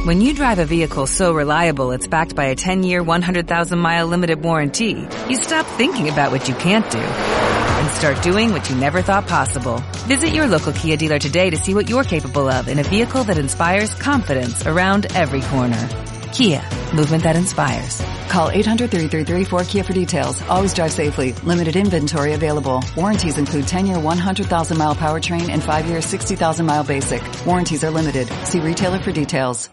When you drive a vehicle so reliable it's backed by a 10-year, 100,000-mile limited warranty, you stop thinking about what you can't do and start doing what you never thought possible. Visit your local Kia dealer today to see what you're capable of in a vehicle that inspires confidence around every corner. Kia, movement that inspires. Call 800-333-4KIA for details. Always drive safely. Limited inventory available. Warranties include 10-year 100,000-mile powertrain and 5-year 60,000-mile basic. Warranties are limited. See retailer for details.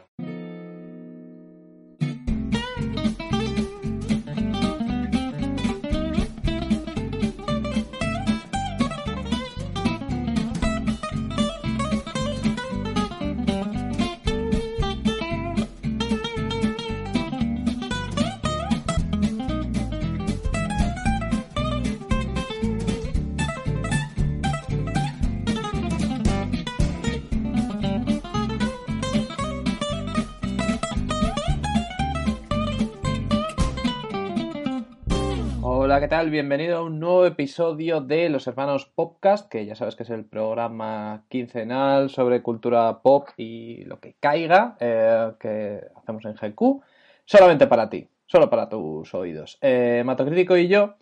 Hola, ¿qué tal? Bienvenido a un nuevo episodio de Los Hermanos Popcast, que ya sabes que es el programa quincenal sobre cultura pop y lo que caiga, que hacemos en GQ, solamente para ti, solo para tus oídos. Matocrítico y yo,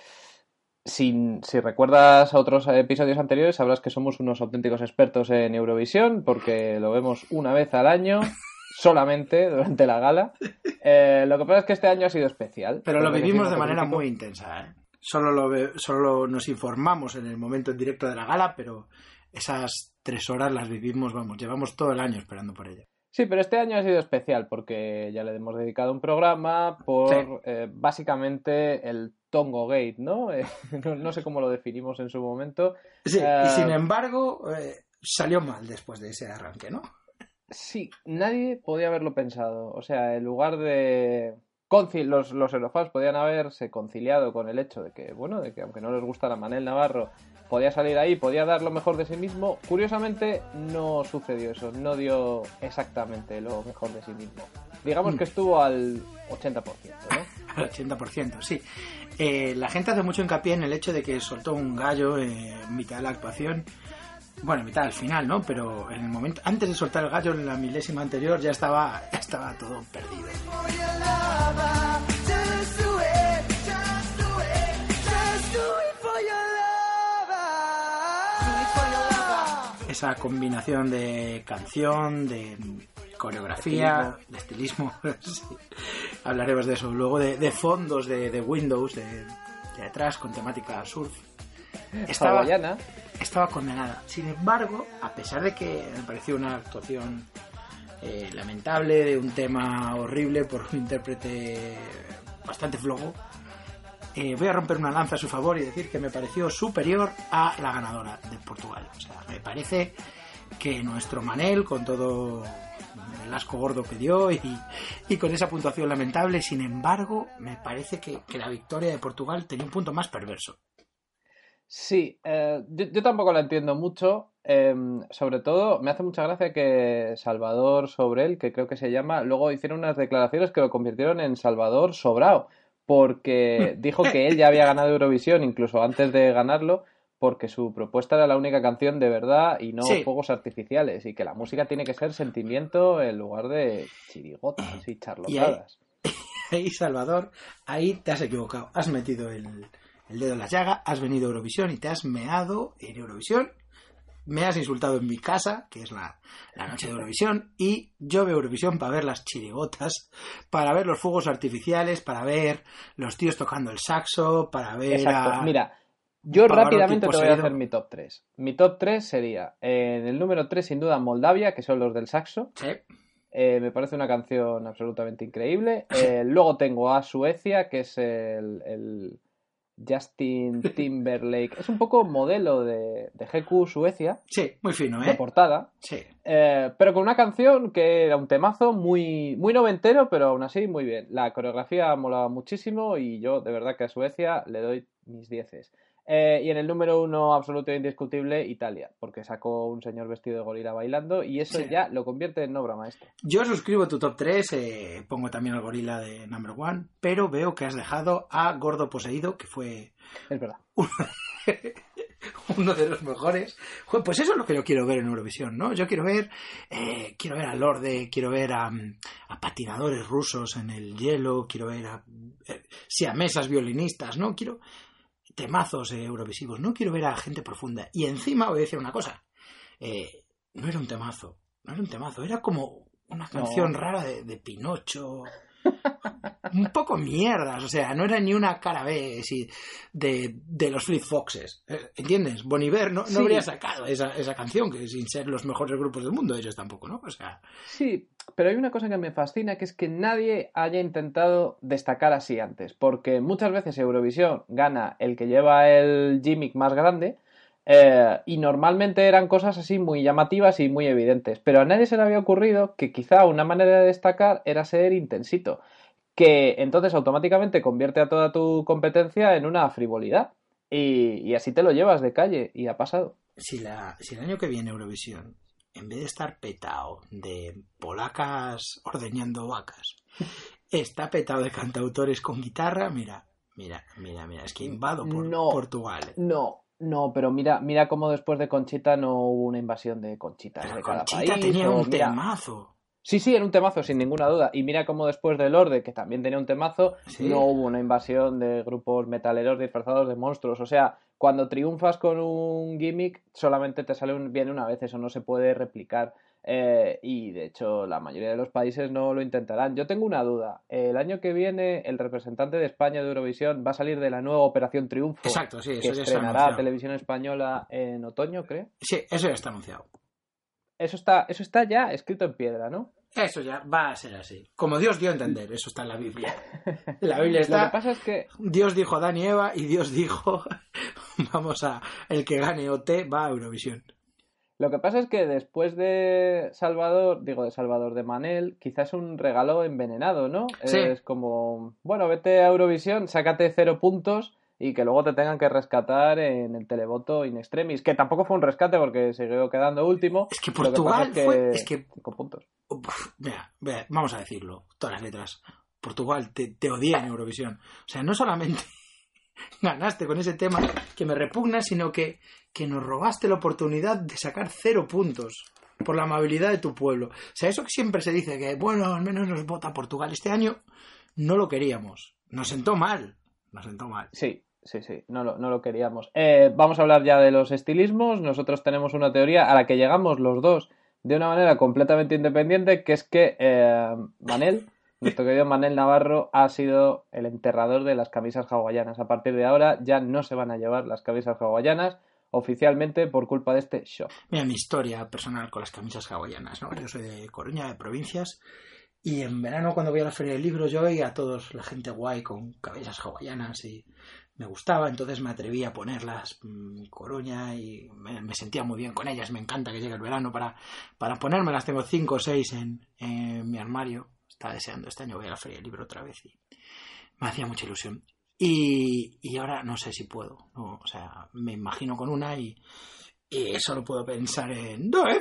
si recuerdas a otros episodios anteriores, sabrás que somos unos auténticos expertos en Eurovisión, porque lo vemos una vez al año, solamente durante la gala. Lo que pasa es que este año ha sido especial. Pero lo vivimos de manera muy intensa, ¿eh? Solo nos informamos en el momento en directo de la gala, pero esas 3 horas las vivimos, llevamos todo el año esperando por ella. Sí, pero este año ha sido especial porque ya le hemos dedicado un programa por básicamente el Tongo Gate, ¿no? No sé cómo lo definimos en su momento. Sí, y sin embargo salió mal después de ese arranque, ¿no? Sí, nadie podía haberlo pensado. O sea, en lugar de... Los eurofans podían haberse conciliado con el hecho de que, bueno, de que aunque no les gustara Manel Navarro, podía salir ahí, podía dar lo mejor de sí mismo. Curiosamente, no sucedió eso. No dio exactamente lo mejor de sí mismo. Digamos que estuvo al 80%, ¿no? Al 80%, sí. La gente hace mucho hincapié en el hecho de que soltó un gallo en mitad de la actuación. Bueno, en mitad al final, ¿no? Pero en el momento, antes de soltar el gallo, en la milésima anterior, ya estaba todo perdido. Esa combinación de canción, de coreografía, de estilismo. Sí. Hablaremos de eso. Luego de fondos de Windows, de atrás, con temática surf. Estaba condenada. Sin embargo, a pesar de que me pareció una actuación lamentable, de un tema horrible por un intérprete bastante flojo, voy a romper una lanza a su favor y decir que me pareció superior a la ganadora de Portugal. O sea, me parece que nuestro Manel, con todo el asco gordo que dio y con esa puntuación lamentable, sin embargo, me parece que la victoria de Portugal tenía un punto más perverso. Sí, yo tampoco la entiendo mucho. Sobre todo, me hace mucha gracia que Salvador Sobrel, que creo que se llama, luego hicieron unas declaraciones que lo convirtieron en Salvador Sobrao, porque dijo que él ya había ganado Eurovisión, incluso antes de ganarlo, porque su propuesta era la única canción de verdad y no fuegos artificiales, y que la música tiene que ser sentimiento en lugar de chirigotas y charlotadas. Ahí, Salvador, ahí te has equivocado. Has metido el dedo en la llaga, has venido a Eurovisión y te has meado en Eurovisión. Me has insultado en mi casa, que es la noche de Eurovisión, y yo veo Eurovisión para ver las chirigotas, para ver los fuegos artificiales, para ver los tíos tocando el saxo, para ver... Exacto. Mira, yo rápidamente te voy a hacer mi top 3. Mi top 3 sería, en el número 3 sin duda Moldavia, que son los del saxo. Sí. Me parece una canción absolutamente increíble. Luego tengo a Suecia, que es el Justin Timberlake. Es un poco modelo de GQ Suecia. Sí, muy fino, ¿eh? De portada. Sí. Pero con una canción que era un temazo muy, muy noventero, pero aún así muy bien. La coreografía molaba muchísimo y yo de verdad que a Suecia le doy mis 10. Y en el número 1 absoluto e indiscutible, Italia, porque sacó un señor vestido de gorila bailando y eso ya lo convierte en obra maestra. Yo suscribo tu top 3, pongo también al gorila de number 1, pero veo que has dejado a Gordo Poseído, que fue... Es verdad. uno de los mejores. Joder, pues eso es lo que yo quiero ver en Eurovisión, ¿no? Yo quiero ver a Lorde, quiero ver a patinadores rusos en el hielo, quiero ver a siamesas violinistas, ¿no? Quiero temazos eurovisivos, no quiero ver a gente profunda. Y encima voy a decir una cosa, no era un temazo, era como una canción rara de Pinocho, un poco mierdas, o sea, no era ni una cara B de los Fleet Foxes, ¿entiendes? Bon Iver no habría sacado esa canción, que sin ser los mejores grupos del mundo, ellos tampoco, ¿no? O sea... Sí, pero hay una cosa que me fascina, que es que nadie haya intentado destacar así antes, porque muchas veces Eurovisión gana el que lleva el gimmick más grande, y normalmente eran cosas así muy llamativas y muy evidentes, pero a nadie se le había ocurrido que quizá una manera de destacar era ser intensito, que entonces automáticamente convierte a toda tu competencia en una frivolidad y así te lo llevas de calle y ha pasado. Si el año que viene Eurovisión, en vez de estar petado de polacas ordeñando vacas, está petado de cantautores con guitarra, mira, es que invado Portugal. No, pero mira cómo después de Conchita no hubo una invasión de Conchitas pero de cada Conchita país. tenía un temazo. Sí, era un temazo, sin ninguna duda. Y mira cómo después de Lorde, que también tenía un temazo, ¿Sí? No hubo una invasión de grupos metaleros disfrazados de monstruos. O sea, cuando triunfas con un gimmick, solamente te sale bien una vez, eso no se puede replicar. Y de hecho, la mayoría de los países no lo intentarán. Yo tengo una duda. El año que viene, el representante de España de Eurovisión va a salir de la nueva Operación Triunfo. Exacto, sí, eso que ya estrenará Televisión Española en otoño, creo. Sí, eso ya está anunciado. Eso está ya escrito en piedra, ¿no? Eso ya va a ser así. Como Dios dio a entender, eso está en la Biblia. La Biblia está... Lo que pasa es que... Dios dijo a Adán y Eva y Dios dijo, el que gane OT va a Eurovisión. Lo que pasa es que después de de Manel, quizás es un regalo envenenado, ¿no? Sí. Es como, bueno, vete a Eurovisión, sácate 0 puntos y que luego te tengan que rescatar en el televoto in extremis, que tampoco fue un rescate porque siguió quedando último. Es que Portugal fue... 5 puntos. Mira, vamos a decirlo, todas las letras. Portugal, te odié en Eurovisión. O sea, no solamente ganaste con ese tema que me repugna, sino que nos robaste la oportunidad de sacar 0 puntos por la amabilidad de tu pueblo. O sea, eso que siempre se dice que, bueno, al menos nos vota Portugal. Este año no lo queríamos. Nos sentó mal. Sí, no lo queríamos. Vamos a hablar ya de los estilismos. Nosotros tenemos una teoría a la que llegamos los dos de una manera completamente independiente, que es que Manel, nuestro querido Manel Navarro, ha sido el enterrador de las camisas hawaianas. A partir de ahora ya no se van a llevar las camisas hawaianas oficialmente por culpa de este show. Mira, mi historia personal con las camisas hawaianas, ¿no? Yo soy de Coruña, de provincias, y en verano cuando voy a la feria del libro yo veía a todos la gente guay con camisas hawaianas y me gustaba, entonces me atreví a ponerlas en Coruña y me sentía muy bien con ellas. Me encanta que llegue el verano para ponérmelas. Tengo 5 o 6 en mi armario. Estaba deseando este año voy a la feria del libro otra vez y me hacía mucha ilusión. Y ahora no sé si puedo, ¿no? O sea, me imagino con una y solo puedo pensar en ¡The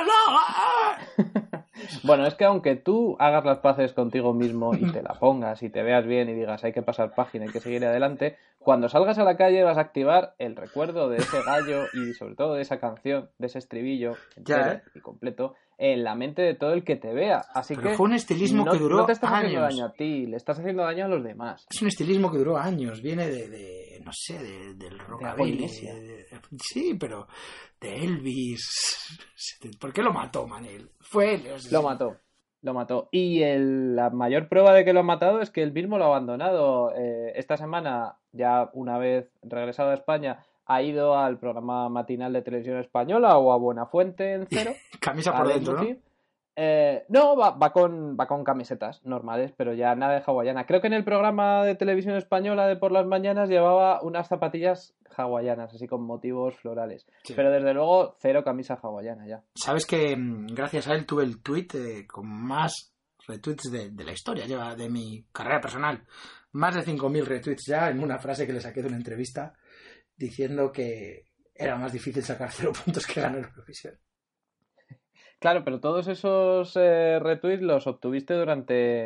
Fire! Bueno, es que aunque tú hagas las paces contigo mismo y te la pongas y te veas bien y digas hay que pasar página, hay que seguir adelante, cuando salgas a la calle vas a activar el recuerdo de ese gallo y sobre todo de esa canción, de ese estribillo entero y completo en la mente de todo el que te vea. Así Pero que fue un estilismo que duró no te estás haciendo años. daño a ti, le estás haciendo daño a los demás. Es un estilismo que duró años, viene no sé, del rockabilly. Sí, pero de Elvis. ¿Por qué lo mató Manel? Fue él. Lo mató. Y la mayor prueba de que lo ha matado es que él mismo lo ha abandonado. Esta semana, ya una vez regresado a España, ha ido al programa matinal de Televisión Española o a Buenafuente en Cero. Camisa por dentro, ¿no? No, va con camisetas normales, pero ya nada de hawaiana. Creo que en el programa de Televisión Española de por las mañanas llevaba unas zapatillas hawaianas, así con motivos florales. Sí. Pero desde luego, 0 camisa hawaiana ya. Sabes que gracias a él tuve el tweet con más retweets de la historia, lleva de mi carrera personal. Más de 5.000 retweets ya en una frase que le saqué de una entrevista diciendo que era más difícil sacar 0 puntos que ganar Eurovisión. Claro, pero todos esos retweets los obtuviste durante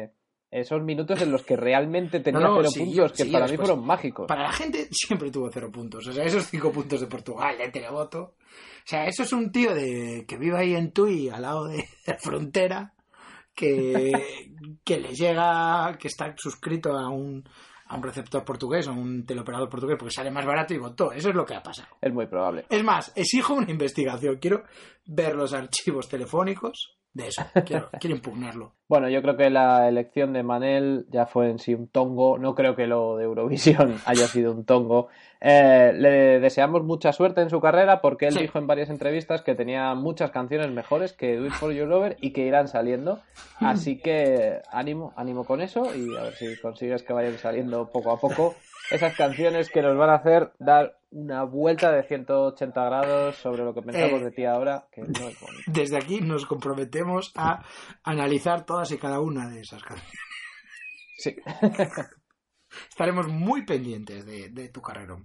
esos minutos en los que realmente tenía No, 0 sí, puntos, que sí, para mí después, fueron mágicos. para la gente siempre tuvo 0 puntos. O sea, esos 5 puntos de Portugal, de televoto. O sea, eso es un tío que vive ahí en Tui, al lado de la frontera, que le llega, que está suscrito a un receptor portugués, a un teleoperador portugués, porque sale más barato y votó. Eso es lo que ha pasado. Es muy probable. Es más, exijo una investigación. Quiero ver los archivos telefónicos de eso. Quiero impugnarlo. Bueno, yo creo que la elección de Manel ya fue en sí un tongo. No creo que lo de Eurovisión haya sido un tongo. Le deseamos mucha suerte en su carrera porque él dijo en varias entrevistas que tenía muchas canciones mejores que Do It For Your Lover y que irán saliendo. Así que ánimo con eso y a ver si consigues que vayan saliendo poco a poco esas canciones que nos van a hacer dar una vuelta de 180 grados sobre lo que pensamos de ti ahora, que no es bonito. Desde aquí nos comprometemos a analizar todas y cada una de esas canciones. Sí. Estaremos muy pendientes de tu carrerón.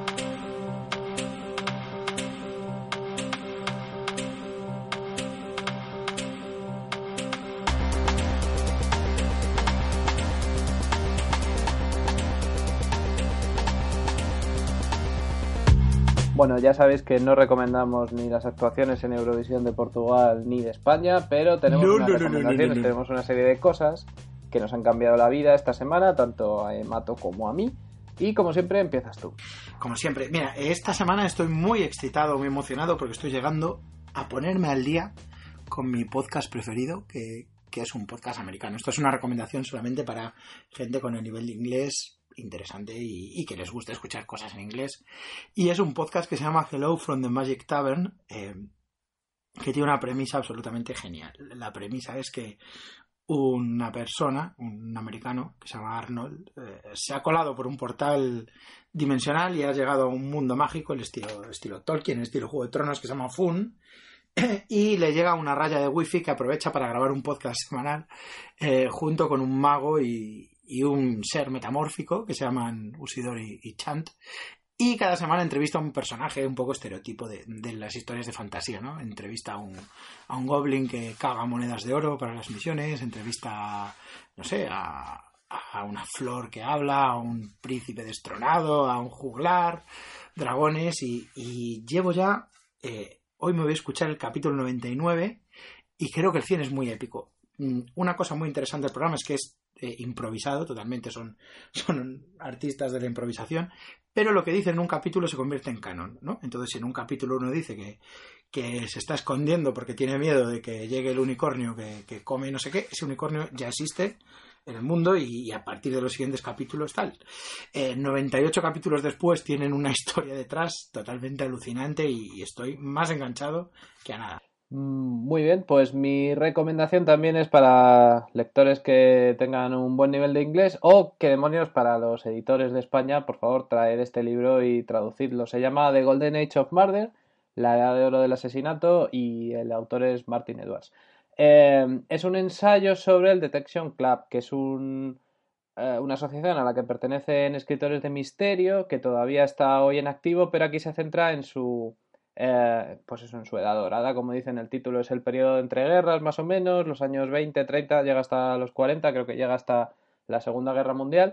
Bueno, ya sabéis que no recomendamos ni las actuaciones en Eurovisión de Portugal ni de España, pero tenemos unas recomendaciones, tenemos una serie de cosas que nos han cambiado la vida esta semana, tanto a Mato como a mí. Y como siempre, empiezas tú. Como siempre, mira, esta semana estoy muy excitado, muy emocionado porque estoy llegando a ponerme al día con mi podcast preferido, que es un podcast americano. Esto es una recomendación solamente para gente con el nivel de inglés interesante y que les guste escuchar cosas en inglés. Y es un podcast que se llama Hello from the Magic Tavern, que tiene una premisa absolutamente genial. La premisa es que una persona, un americano que se llama Arnold, se ha colado por un portal dimensional y ha llegado a un mundo mágico, el estilo Tolkien, el estilo Juego de Tronos, que se llama Fun, y le llega una raya de wifi que aprovecha para grabar un podcast semanal junto con un mago y un ser metamórfico que se llaman Usidore y Chant. Y cada semana entrevista a un personaje un poco estereotipo de las historias de fantasía, ¿no? Entrevista a un goblin que caga monedas de oro para las misiones, entrevista, no sé, a una flor que habla, a un príncipe destronado, a un juglar, dragones, y llevo ya... hoy me voy a escuchar el capítulo 99 y creo que el 100 es muy épico. Una cosa muy interesante del programa es que es improvisado, totalmente son artistas de la improvisación, pero lo que dice en un capítulo se convierte en canon, ¿no? Entonces, si en un capítulo uno dice que se está escondiendo porque tiene miedo de que llegue el unicornio que come no sé qué, ese unicornio ya existe en el mundo y a partir de los siguientes capítulos tal. 98 capítulos después tienen una historia detrás totalmente alucinante y estoy más enganchado que a nada. Muy bien, pues mi recomendación también es para lectores que tengan un buen nivel de inglés o que demonios para los editores de España, por favor, traer este libro y traducirlo. Se llama The Golden Age of Murder, la edad de oro del asesinato, y el autor es Martin Edwards. Es un ensayo sobre el Detection Club, que es una asociación a la que pertenecen escritores de misterio, que todavía está hoy en activo, pero aquí se centra en su... pues eso, en su edad dorada, como dice en el título, es el periodo de entreguerras más o menos, los años 20, 30, llega hasta los 40, creo que llega hasta la Segunda Guerra Mundial,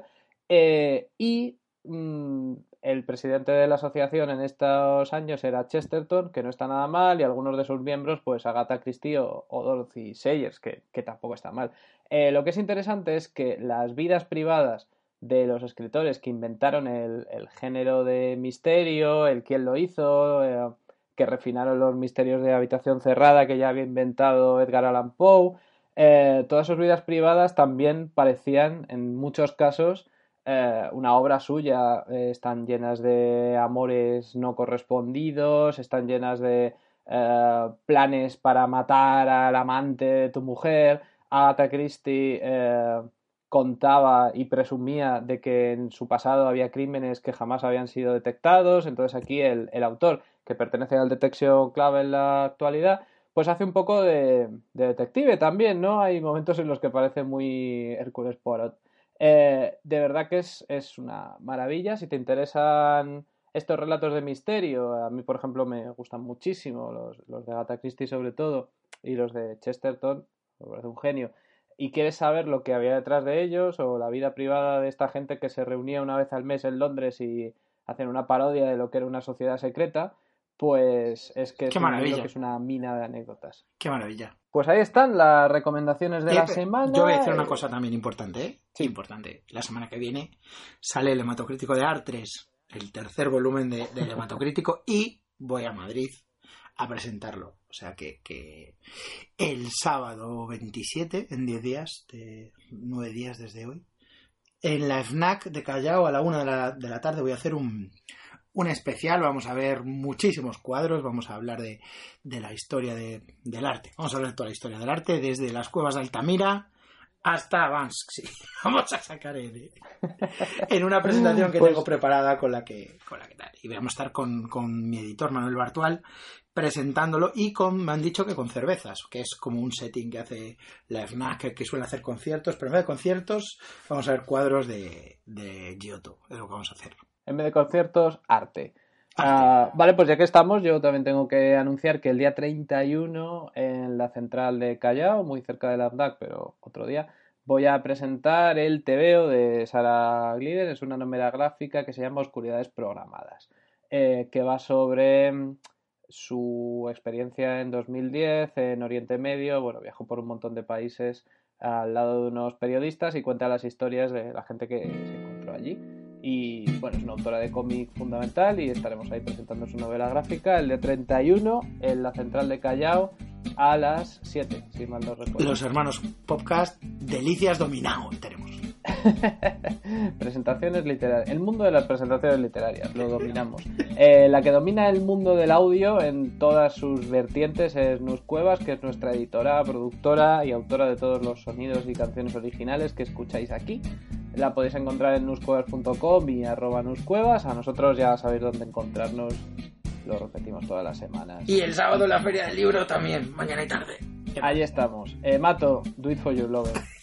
el presidente de la asociación en estos años era Chesterton, que no está nada mal, y algunos de sus miembros, pues Agatha Christie o Dorothy Sayers, que tampoco está mal. Lo que es interesante es que las vidas privadas de los escritores que inventaron el género de misterio, el quién lo hizo, que refinaron los misterios de habitación cerrada que ya había inventado Edgar Allan Poe, todas sus vidas privadas también parecían, en muchos casos, una obra suya. Están llenas de amores no correspondidos, están llenas de planes para matar al amante de tu mujer. Agatha Christie contaba y presumía de que en su pasado había crímenes que jamás habían sido detectados. Entonces aquí el autor, que pertenece al Detection Club en la actualidad, pues hace un poco de detective también, ¿no? Hay momentos en los que parece muy Hércules Poirot. De verdad que es una maravilla. Si te interesan estos relatos de misterio, a mí, por ejemplo, me gustan muchísimo los de Agatha Christie sobre todo, y los de Chesterton, me parece un genio. y quieres saber lo que había detrás de ellos o la vida privada de esta gente que se reunía una vez al mes en Londres y hacen una parodia de lo que era una sociedad secreta, pues es que Qué maravilla. Que es una mina de anécdotas. Qué maravilla. Pues ahí están las recomendaciones de la semana. Yo voy a decir una cosa también importante, ¿eh? Sí. Importante. La semana que viene sale el Hematocrítico de Artres, el tercer volumen del Hematocrítico, y voy a Madrid a presentarlo. O sea que el sábado 27, en 10 días, 9 días desde hoy, en la FNAC de Callao a la 1 de la tarde voy a hacer un especial. Vamos a ver muchísimos cuadros, vamos a hablar de la historia del arte. Vamos a hablar de toda la historia del arte, desde las cuevas de Altamira hasta Banksy. Vamos a sacar en una presentación que tengo preparada con la que tal. Y vamos a estar con mi editor Manuel Bartual presentándolo, y me han dicho que con cervezas, que es como un setting que hace la FNAC, que suele hacer conciertos, pero en vez de conciertos vamos a ver cuadros de Giotto, es lo que vamos a hacer. En vez de conciertos, arte. Vale, pues ya que estamos, yo también tengo que anunciar que el día 31 en la central de Callao, muy cerca de la FNAC, pero otro día, voy a presentar el TVO de Sara Glider. Es una novela gráfica que se llama Oscuridades Programadas, que va sobre su experiencia en 2010 en Oriente Medio. Bueno, viajó por un montón de países al lado de unos periodistas y cuenta las historias de la gente que se encontró allí. Y bueno, es una autora de cómic fundamental y estaremos ahí presentando su novela gráfica el día 31 en la central de Callao a las 7, si mal no recuerdo. Los hermanos Podcast, delicias dominado tenemos. Presentaciones literarias. El mundo de las presentaciones literarias lo dominamos. La que domina el mundo del audio en todas sus vertientes es Nus Cuevas, que es nuestra editora, productora y autora de todos los sonidos y canciones originales que escucháis aquí. La podéis encontrar en nuscuevas.com y @nuscuevas. A nosotros ya sabéis dónde encontrarnos. Lo repetimos todas las semanas. Y el sábado en la Feria del Libro también, mañana y tarde. Ahí estamos. Mato, do it for your lover.